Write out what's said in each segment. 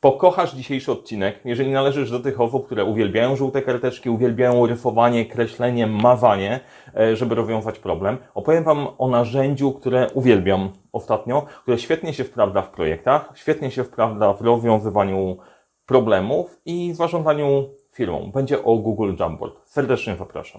pokochasz dzisiejszy odcinek, jeżeli należysz do tych osób, które uwielbiają żółte karteczki, uwielbiają rysowanie, kreślenie, mawanie, żeby rozwiązać problem, opowiem Wam o narzędziu, które uwielbiam ostatnio, które świetnie się sprawdza w projektach, świetnie się sprawdza w rozwiązywaniu problemów i zarządzaniu firmą. Będzie o Google Jamboard. Serdecznie zapraszam.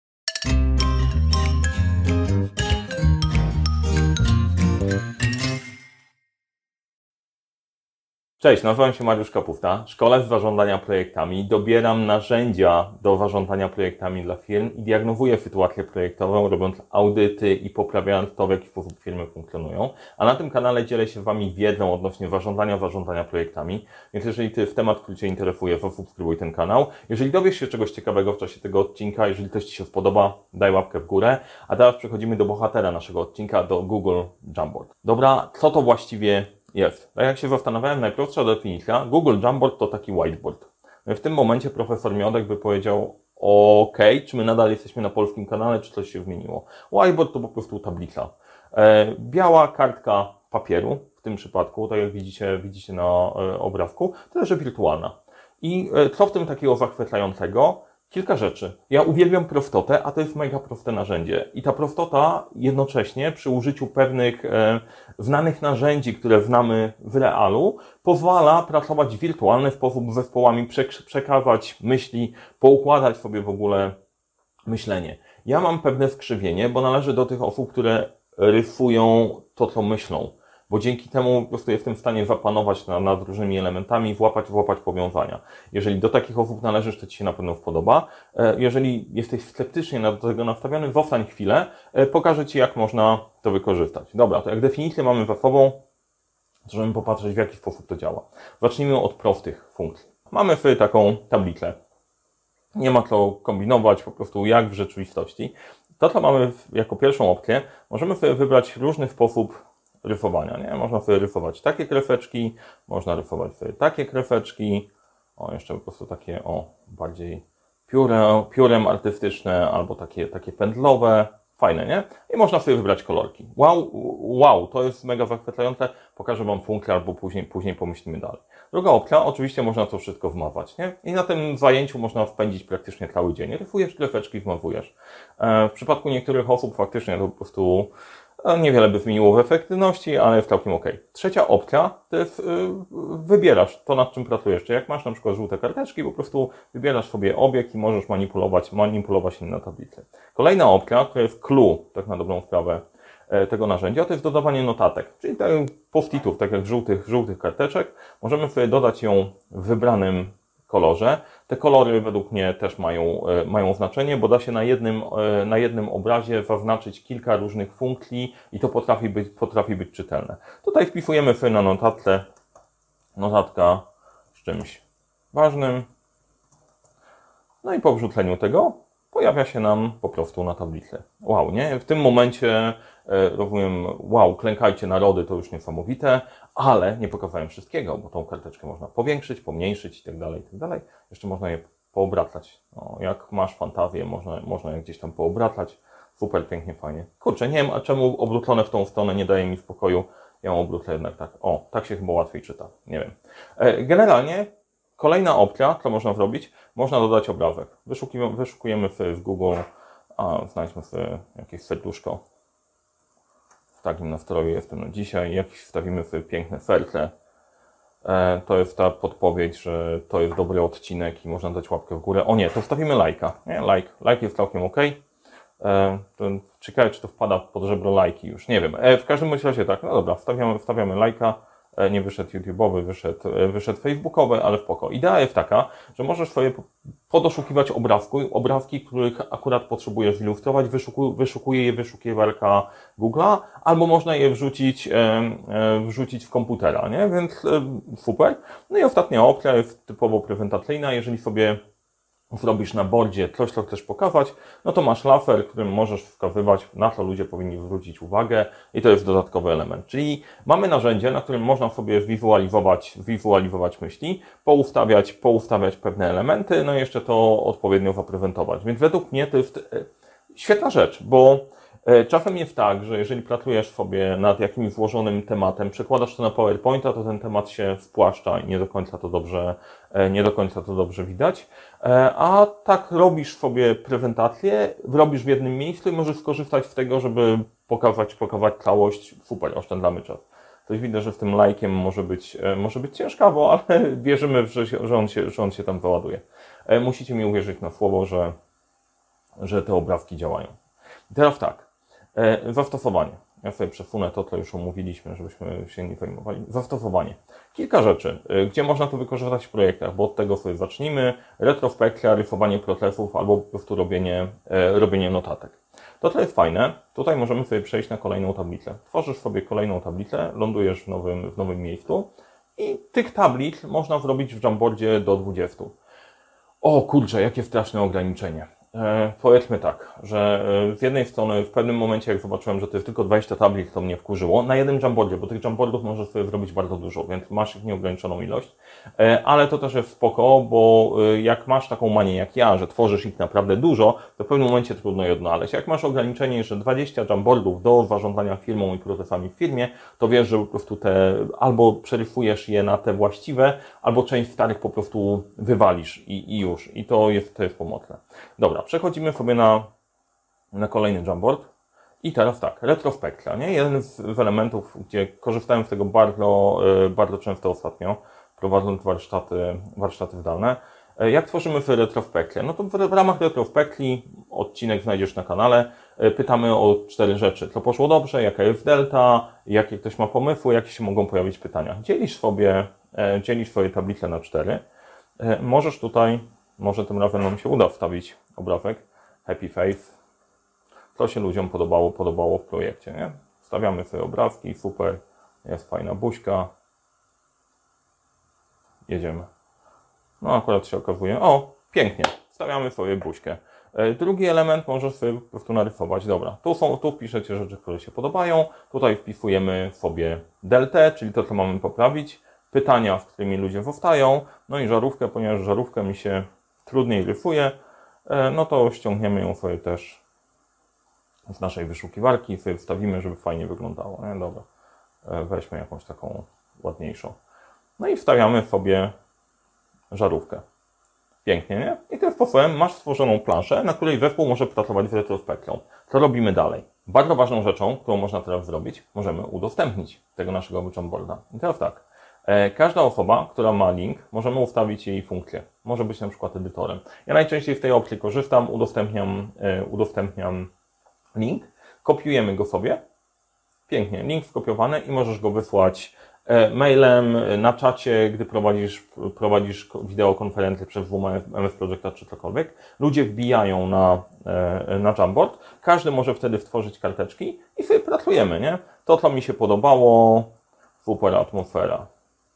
Cześć, nazywam się Mariusz Kapufta, szkolę z zarządzania projektami, dobieram narzędzia do zarządzania projektami dla firm i diagnowuję sytuację projektową, robiąc audyty i poprawiając to, w jaki sposób firmy funkcjonują. A na tym kanale dzielę się z Wami wiedzą odnośnie zarządzania projektami, więc jeżeli Ty w temat, który Cię interesuje, to subskrybuj ten kanał. Jeżeli dowiesz się czegoś ciekawego w czasie tego odcinka, jeżeli coś Ci się spodoba, daj łapkę w górę. A teraz przechodzimy do bohatera naszego odcinka, do Google Jamboard. Dobra, co to właściwie jest? Tak jak się zastanawiałem, najprostsza definicja, Google Jamboard to taki whiteboard. W tym momencie profesor Miodek by powiedział, OK, czy my nadal jesteśmy na polskim kanale, czy coś się zmieniło? Whiteboard to po prostu tablica. Biała kartka papieru, w tym przypadku, tak jak widzicie na obrazku, tyle że wirtualna. I co w tym takiego zachwycającego? Kilka rzeczy. Ja uwielbiam prostotę, a to jest mega proste narzędzie. I ta prostota jednocześnie przy użyciu pewnych znanych narzędzi, które znamy w realu, pozwala pracować w wirtualny sposób z zespołami, przekazać myśli, poukładać sobie w ogóle myślenie. Ja mam pewne skrzywienie, bo należę do tych osób, które rysują to, co myślą. Bo dzięki temu po prostu jestem w stanie zapanować nad różnymi elementami, włapać powiązania. Jeżeli do takich osób należysz, to Ci się na pewno spodoba. Jeżeli jesteś sceptycznie do tego nastawiony, zostań chwilę, pokażę Ci, jak można to wykorzystać. Dobra, to jak definicję mamy za sobą, to możemy popatrzeć, w jaki sposób to działa. Zacznijmy od prostych funkcji. Mamy sobie taką tablicę. Nie ma co kombinować, po prostu jak w rzeczywistości. To, co mamy jako pierwszą opcję, możemy sobie wybrać różny sposób rysowania, nie? Można sobie rysować takie kreseczki, można rysować sobie takie kreseczki, jeszcze po prostu takie, bardziej piórem artystyczne, albo takie pędzlowe, fajne, nie? I można sobie wybrać kolorki. Wow, to jest mega zachwycające, pokażę Wam funkcję, albo później pomyślimy dalej. Druga opcja, oczywiście można to wszystko wmawać, nie? I na tym zajęciu można spędzić praktycznie cały dzień. Rysujesz kreseczki, wmawujesz. W przypadku niektórych osób faktycznie to po prostu niewiele by zmieniło w efektywności, ale jest całkiem OK. Trzecia opcja to jest wybierasz to, nad czym pracujesz. Czyli jak masz na przykład żółte karteczki, po prostu wybierasz sobie obiekt i możesz manipulować nim na tablicy. Kolejna opcja, to jest clue, tak na dobrą sprawę, tego narzędzia, to jest dodawanie notatek. Czyli post-itów, tak jak żółtych karteczek. Możemy sobie dodać ją w wybranym kolorze. Te kolory według mnie też mają znaczenie, bo da się na jednym obrazie zaznaczyć kilka różnych funkcji i to potrafi być czytelne. Tutaj wpisujemy sobie na notatce notatka z czymś ważnym. No i po wrzuceniu tego pojawia się nam po prostu na tablicy. Wow, nie? W tym momencie rozumiem, klękajcie narody, to już niesamowite, ale nie pokazałem wszystkiego, bo tą karteczkę można powiększyć, pomniejszyć i tak dalej. Jeszcze można je poobracać. Jak masz fantazję, można je gdzieś tam poobracać. Super, pięknie, fajnie. Kurczę, nie wiem, a czemu obrócone w tą stronę nie daje mi spokoju. Ja ją obrócę jednak tak. Tak się chyba łatwiej czyta. Nie wiem. Generalnie kolejna opcja, co można zrobić, można dodać obrazek. Wyszukujemy sobie w Google, znajdźmy sobie jakieś serduszko. W takim nastroju jestem na dzisiaj. Wstawimy sobie piękne serce. To jest ta podpowiedź, że to jest dobry odcinek i można dać łapkę w górę. O nie, to wstawimy lajka. Like jest całkiem OK. Ciekawe, czy to wpada pod żebro lajki już. Nie wiem. W każdym razie tak. No dobra, wstawiamy lajka. Nie wyszedł YouTube'owy, wyszedł Facebookowy, ale spoko. Idea jest taka, że możesz sobie podoszukiwać obrazki, których akurat potrzebujesz zilustrować, wyszukuje je wyszukiwarka Google'a, albo można je wrzucić w komputera, nie? Więc super. No i ostatnia opcja jest typowo prezentacyjna. Jeżeli sobie zrobisz na boardzie coś, co chcesz pokazać, no to masz laser, którym możesz wskazywać, na co ludzie powinni zwrócić uwagę i to jest dodatkowy element. Czyli mamy narzędzie, na którym można sobie wizualizować myśli, poustawiać pewne elementy, no i jeszcze to odpowiednio zaprezentować. Więc według mnie to jest świetna rzecz, bo Czasem jest tak, że jeżeli pracujesz sobie nad jakimś złożonym tematem, przekładasz to na PowerPointa, to ten temat się spłaszcza i nie do końca to dobrze widać. A tak robisz sobie prezentację, robisz w jednym miejscu i możesz skorzystać z tego, żeby pokazać całość. Super, oszczędzamy czas. Coś widzę, że w tym lajkiem może być ciężkawo, ale wierzymy, że on się tam załaduje. Musicie mi uwierzyć na słowo, że te obrazki działają. I teraz tak, zastosowanie. Ja sobie przesunę to, co już omówiliśmy, żebyśmy się nie zajmowali. Zastosowanie. Kilka rzeczy, gdzie można to wykorzystać w projektach, bo od tego sobie zacznijmy. Retrospekcja, rysowanie procesów albo po prostu robienie notatek. To, co jest fajne, tutaj możemy sobie przejść na kolejną tablicę. Tworzysz sobie kolejną tablicę, lądujesz w nowym miejscu i tych tablic można zrobić w Jamboardzie do 20. O kurczę, jakie straszne ograniczenie. Powiedzmy tak, że z jednej strony w pewnym momencie, jak zobaczyłem, że to jest tylko 20 tablic, to mnie wkurzyło. Na jednym Jamboardzie, bo tych Jamboardów możesz sobie zrobić bardzo dużo, więc masz ich nieograniczoną ilość. Ale to też jest spoko, bo jak masz taką manię jak ja, że tworzysz ich naprawdę dużo, to w pewnym momencie trudno je odnaleźć. Jak masz ograniczenie, że 20 Jamboardów do zarządzania firmą i procesami w firmie, to wiesz, że po prostu albo przerysujesz je na te właściwe, albo część starych po prostu wywalisz i już. I to jest pomocne. Dobra, przechodzimy sobie na kolejny Jamboard. I teraz tak, retrospekcja, nie? Jeden z elementów, gdzie korzystałem z tego bardzo często ostatnio, prowadząc warsztaty zdalne. Jak tworzymy sobie retrospekcję? No to w ramach retrospekcji, odcinek znajdziesz na kanale, pytamy o 4 rzeczy. Co poszło dobrze, jaka jest delta, jakie ktoś ma pomysły, jakie się mogą pojawić pytania. Dzielisz swoje tablice na 4. Możesz tutaj, może tym razem nam się uda wstawić obrazek Happy Face. Co się ludziom podobało w projekcie, nie? Wstawiamy sobie obrazki, super, jest fajna buźka. Jedziemy. No akurat się okazuje, o, pięknie, wstawiamy sobie buźkę. Drugi element możesz sobie po prostu narysować. Dobra, tu wpiszecie rzeczy, które się podobają. Tutaj wpisujemy sobie deltę, czyli to, co mamy poprawić. Pytania, z którymi ludzie zostają. No i żarówkę, ponieważ żarówkę mi się trudniej rysuje, no to ściągniemy ją sobie też z naszej wyszukiwarki i sobie wstawimy, żeby fajnie wyglądało. Nie? Dobra, weźmy jakąś taką ładniejszą. No i wstawiamy sobie żarówkę. Pięknie, nie? I tym sposobem masz stworzoną planszę, na której zespół może pracować z retrospekcją. Co robimy dalej? Bardzo ważną rzeczą, którą można teraz zrobić, możemy udostępnić tego naszego Jamboarda. I teraz tak, każda osoba, która ma link, możemy ustawić jej funkcję. Może być na przykład edytorem. Ja najczęściej z tej opcji korzystam, udostępniam link, kopiujemy go sobie. Pięknie, link skopiowany i możesz go wysłać mailem, na czacie, gdy prowadzisz wideokonferencję przez Zoom, MS Projecta czy cokolwiek. Ludzie wbijają na Jamboard. Każdy może wtedy stworzyć karteczki i sobie pracujemy, nie? To, co mi się podobało, super atmosfera.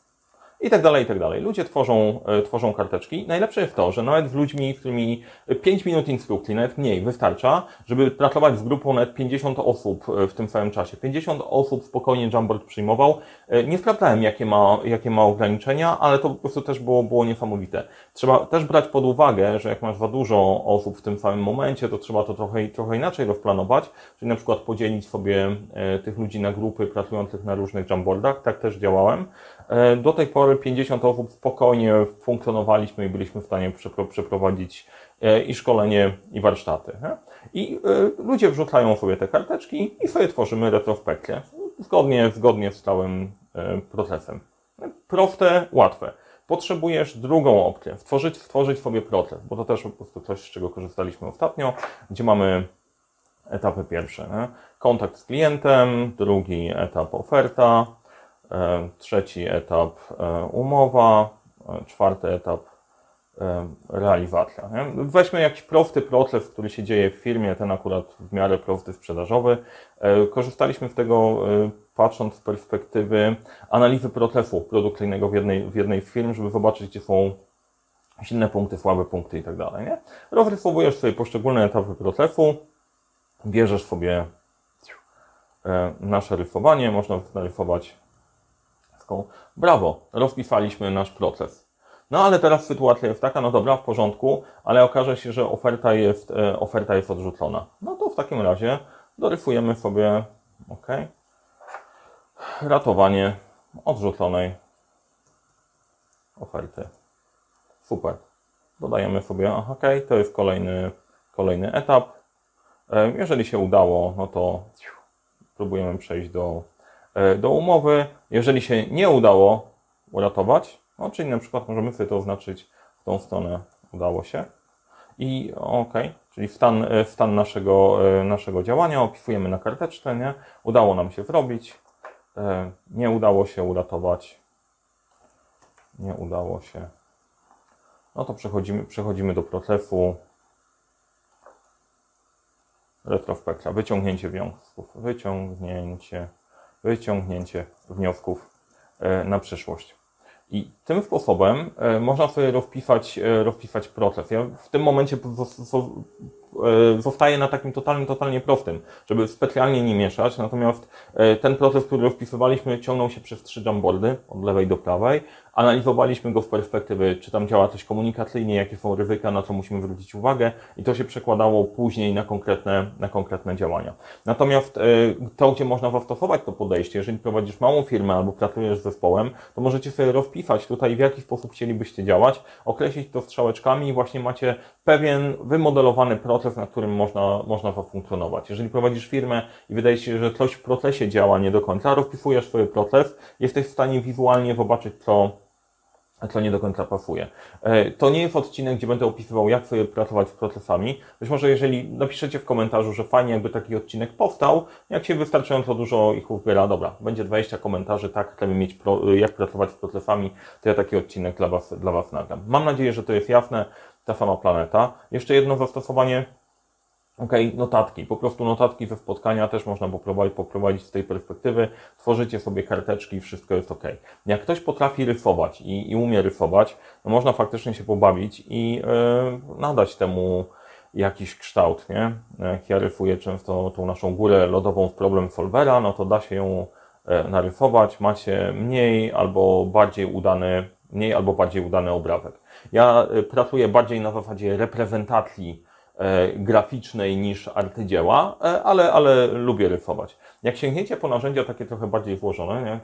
I tak dalej, i tak dalej. Ludzie tworzą karteczki. Najlepsze jest to, że nawet z ludźmi, z którymi 5 minut instrukcji, nawet mniej, wystarcza, żeby pracować z grupą nawet 50 osób w tym samym czasie. 50 osób spokojnie Jamboard przyjmował. Nie sprawdzałem, jakie ma ograniczenia, ale to po prostu też było niesamowite. Trzeba też brać pod uwagę, że jak masz za dużo osób w tym samym momencie, to trzeba to trochę inaczej rozplanować, czyli na przykład podzielić sobie tych ludzi na grupy pracujących na różnych Jamboardach. Tak też działałem. Do tej pory 50 osób spokojnie funkcjonowaliśmy i byliśmy w stanie przeprowadzić i szkolenie, i warsztaty. I ludzie wrzucają sobie te karteczki i sobie tworzymy retrospekcję. Zgodnie z całym procesem. Proste, łatwe. Potrzebujesz drugą opcję. Stworzyć sobie proces, bo to też po prostu coś, z czego korzystaliśmy ostatnio, gdzie mamy etapy pierwsze. Kontakt z klientem, drugi etap oferta, trzeci etap umowa, czwarty etap realizacja. Nie? Weźmy jakiś prosty proces, który się dzieje w firmie, ten akurat w miarę prosty, sprzedażowy. Korzystaliśmy z tego patrząc z perspektywy analizy procesu produkcyjnego w jednej z firm, żeby zobaczyć, gdzie są silne punkty, słabe punkty i tak dalej. Rozrysowujesz sobie poszczególne etapy procesu, bierzesz sobie nasze rysowanie, można narysować. Brawo, rozpisaliśmy nasz proces. No ale teraz sytuacja jest taka, no dobra, w porządku, ale okaże się, że oferta jest odrzucona. No to w takim razie Dorysujemy sobie, ok, ratowanie odrzuconej oferty. Super. Dodajemy sobie, ok, to jest kolejny etap. Jeżeli się udało, no to próbujemy przejść do umowy. Jeżeli się nie udało uratować, no czyli na przykład możemy sobie to oznaczyć w tą stronę udało się. I ok, czyli stan naszego działania opisujemy na karteczce, nie? Udało nam się zrobić, nie udało się uratować, nie udało się. No to przechodzimy do procesu retrospekcja, wyciągnięcie wniosków na przyszłość. I tym sposobem można sobie rozpisać proces. Ja w tym momencie zostaję na takim totalnie prostym, żeby specjalnie nie mieszać, natomiast ten proces, który rozpisywaliśmy, ciągnął się przez 3 Jamboardy, od lewej do prawej. Analizowaliśmy go z perspektywy, czy tam działa coś komunikacyjnie, jakie są ryzyka, na co musimy zwrócić uwagę i to się przekładało później na konkretne działania. Natomiast to, gdzie można zastosować to podejście, jeżeli prowadzisz małą firmę albo pracujesz z zespołem, to możecie sobie rozpisać tutaj, w jaki sposób chcielibyście działać, określić to strzałeczkami i właśnie macie pewien wymodelowany proces, na którym można zafunkcjonować. Jeżeli prowadzisz firmę i wydaje się, że coś w procesie działa nie do końca, rozpisujesz swój proces, jesteś w stanie wizualnie zobaczyć, co nie do końca pasuje. To nie jest odcinek, gdzie będę opisywał, jak sobie pracować z procesami. Być może jeżeli napiszecie w komentarzu, że fajnie jakby taki odcinek powstał, jak się wystarczająco dużo ich uzbiera, dobra, będzie 20 komentarzy, tak, chcemy mieć jak pracować z procesami, to ja taki odcinek dla Was nagram. Mam nadzieję, że to jest jasne, ta sama planeta. Jeszcze jedno zastosowanie. Ok, notatki. Po prostu notatki ze spotkania też można poprowadzić z tej perspektywy. Tworzycie sobie karteczki, wszystko jest ok. Jak ktoś potrafi rysować i umie rysować, no można faktycznie się pobawić i nadać temu jakiś kształt, nie? Jak ja rysuję często tą naszą górę lodową w Problem Solvera, no to da się ją narysować. Macie mniej albo bardziej udany obrazek. Ja pracuję bardziej na zasadzie reprezentacji graficznej niż arcydzieła, ale lubię rysować. Jak sięgniecie po narzędzia takie trochę bardziej złożone, nie?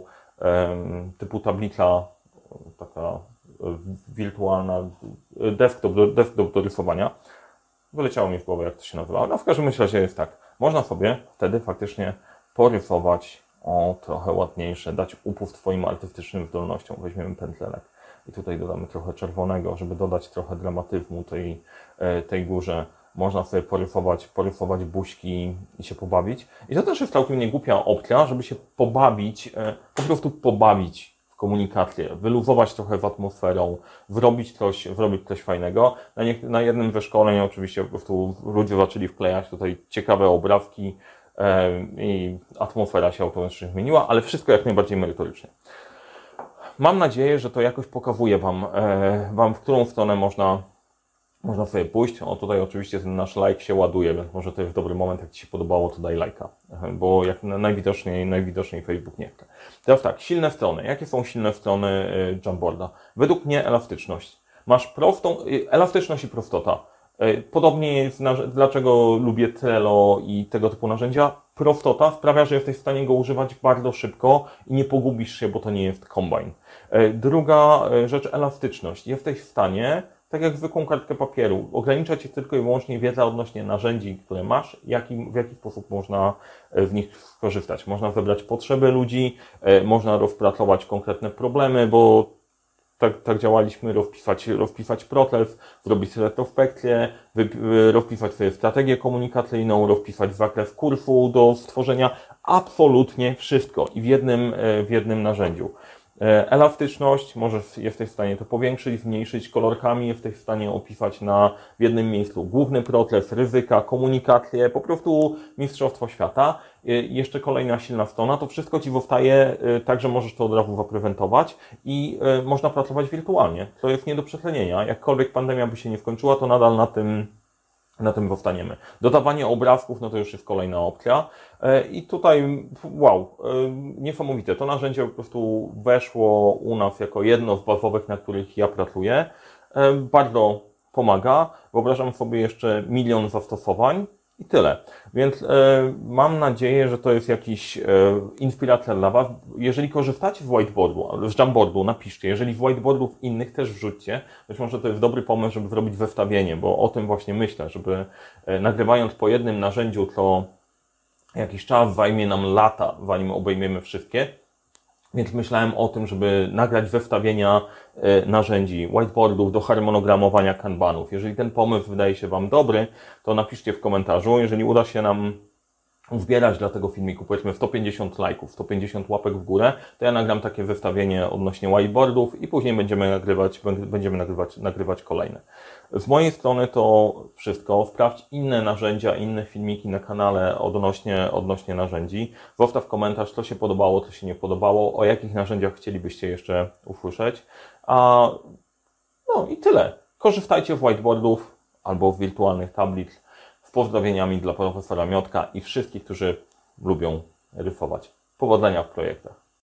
Typu tablica taka wirtualna, desktop do rysowania, wyleciało mi w głowę, jak to się nazywa, no w każdym razie jest tak. Można sobie wtedy faktycznie porysować trochę ładniejsze, dać upust swoim artystycznym zdolnościom. Weźmiemy pędzelek i tutaj dodamy trochę czerwonego, żeby dodać trochę dramatyzmu tej górze. Można sobie porysować buźki i się pobawić. I to też jest całkiem niegłupia opcja, żeby się pobawić, po prostu pobawić w komunikację, wyluzować trochę z atmosferą, zrobić coś fajnego. Na jednym ze szkoleń oczywiście po prostu ludzie zaczęli wklejać tutaj ciekawe obrazki i atmosfera się automatycznie zmieniła, ale wszystko jak najbardziej merytorycznie. Mam nadzieję, że to jakoś pokazuje Wam, w którą stronę można sobie pójść. O, tutaj oczywiście ten nasz like się ładuje, więc może to jest dobry moment, jak Ci się podobało, to daj lajka, bo jak najwidoczniej Facebook nie chce. Teraz tak, silne strony. Jakie są silne strony Jamboarda? Według mnie elastyczność. Masz elastyczność i prostota. Podobnie jest, dlaczego lubię Trello i tego typu narzędzia. Prostota sprawia, że jesteś w stanie go używać bardzo szybko i nie pogubisz się, bo to nie jest kombajn. Druga rzecz, elastyczność. Jesteś w stanie, tak jak zwykłą kartkę papieru, ograniczać Cię tylko i wyłącznie wiedza odnośnie narzędzi, które masz, w jaki sposób można w nich skorzystać. Można wybrać potrzeby ludzi, można rozpracować konkretne problemy, bo tak działaliśmy, rozpisać proces, zrobić retrospekcję, rozpisać sobie strategię komunikacyjną, rozpisać zakres kursu do stworzenia, absolutnie wszystko i w jednym narzędziu. Elastyczność, jesteś w stanie to powiększyć, zmniejszyć kolorkami, jesteś w stanie opisać w jednym miejscu główny proces, ryzyka, komunikację, po prostu mistrzostwo świata. Jeszcze kolejna silna strona, to wszystko Ci zostaje tak, że możesz to od razu zaprezentować i można pracować wirtualnie. To jest nie do przecenienia. Jakkolwiek pandemia by się nie skończyła, to nadal na tym zostaniemy. Dodawanie obrazków, no to już jest kolejna opcja. I tutaj, wow, niesamowite. To narzędzie po prostu weszło u nas jako jedno z bazowych, na których ja pracuję. Bardzo pomaga. Wyobrażam sobie jeszcze milion zastosowań I tyle. Więc mam nadzieję, że to jest jakiś inspirator dla Was. Jeżeli korzystacie z whiteboardu, z Jamboardu, napiszcie. Jeżeli z whiteboardów innych też wrzućcie. Być może to jest dobry pomysł, żeby zrobić zestawienie, bo o tym właśnie myślę, żeby nagrywając po jednym narzędziu, to jakiś czas zajmie nam lata, zanim obejmiemy wszystkie. Więc myślałem o tym, żeby nagrać zestawienia narzędzi, whiteboardów do harmonogramowania kanbanów. Jeżeli ten pomysł wydaje się Wam dobry, to napiszcie w komentarzu. Jeżeli uda się nam zbierać dla tego filmiku, powiedzmy 150 lajków, 150 łapek w górę, to ja nagram takie zestawienie odnośnie whiteboardów i później będziemy nagrywać kolejne. Z mojej strony to wszystko. Sprawdź inne narzędzia, inne filmiki na kanale odnośnie narzędzi. Zostaw komentarz, co się podobało, co się nie podobało, o jakich narzędziach chcielibyście jeszcze usłyszeć. No i tyle. Korzystajcie z whiteboardów albo z wirtualnych tablic. Z pozdrowieniami dla profesora Miotka i wszystkich, którzy lubią rysować. Powodzenia w projektach.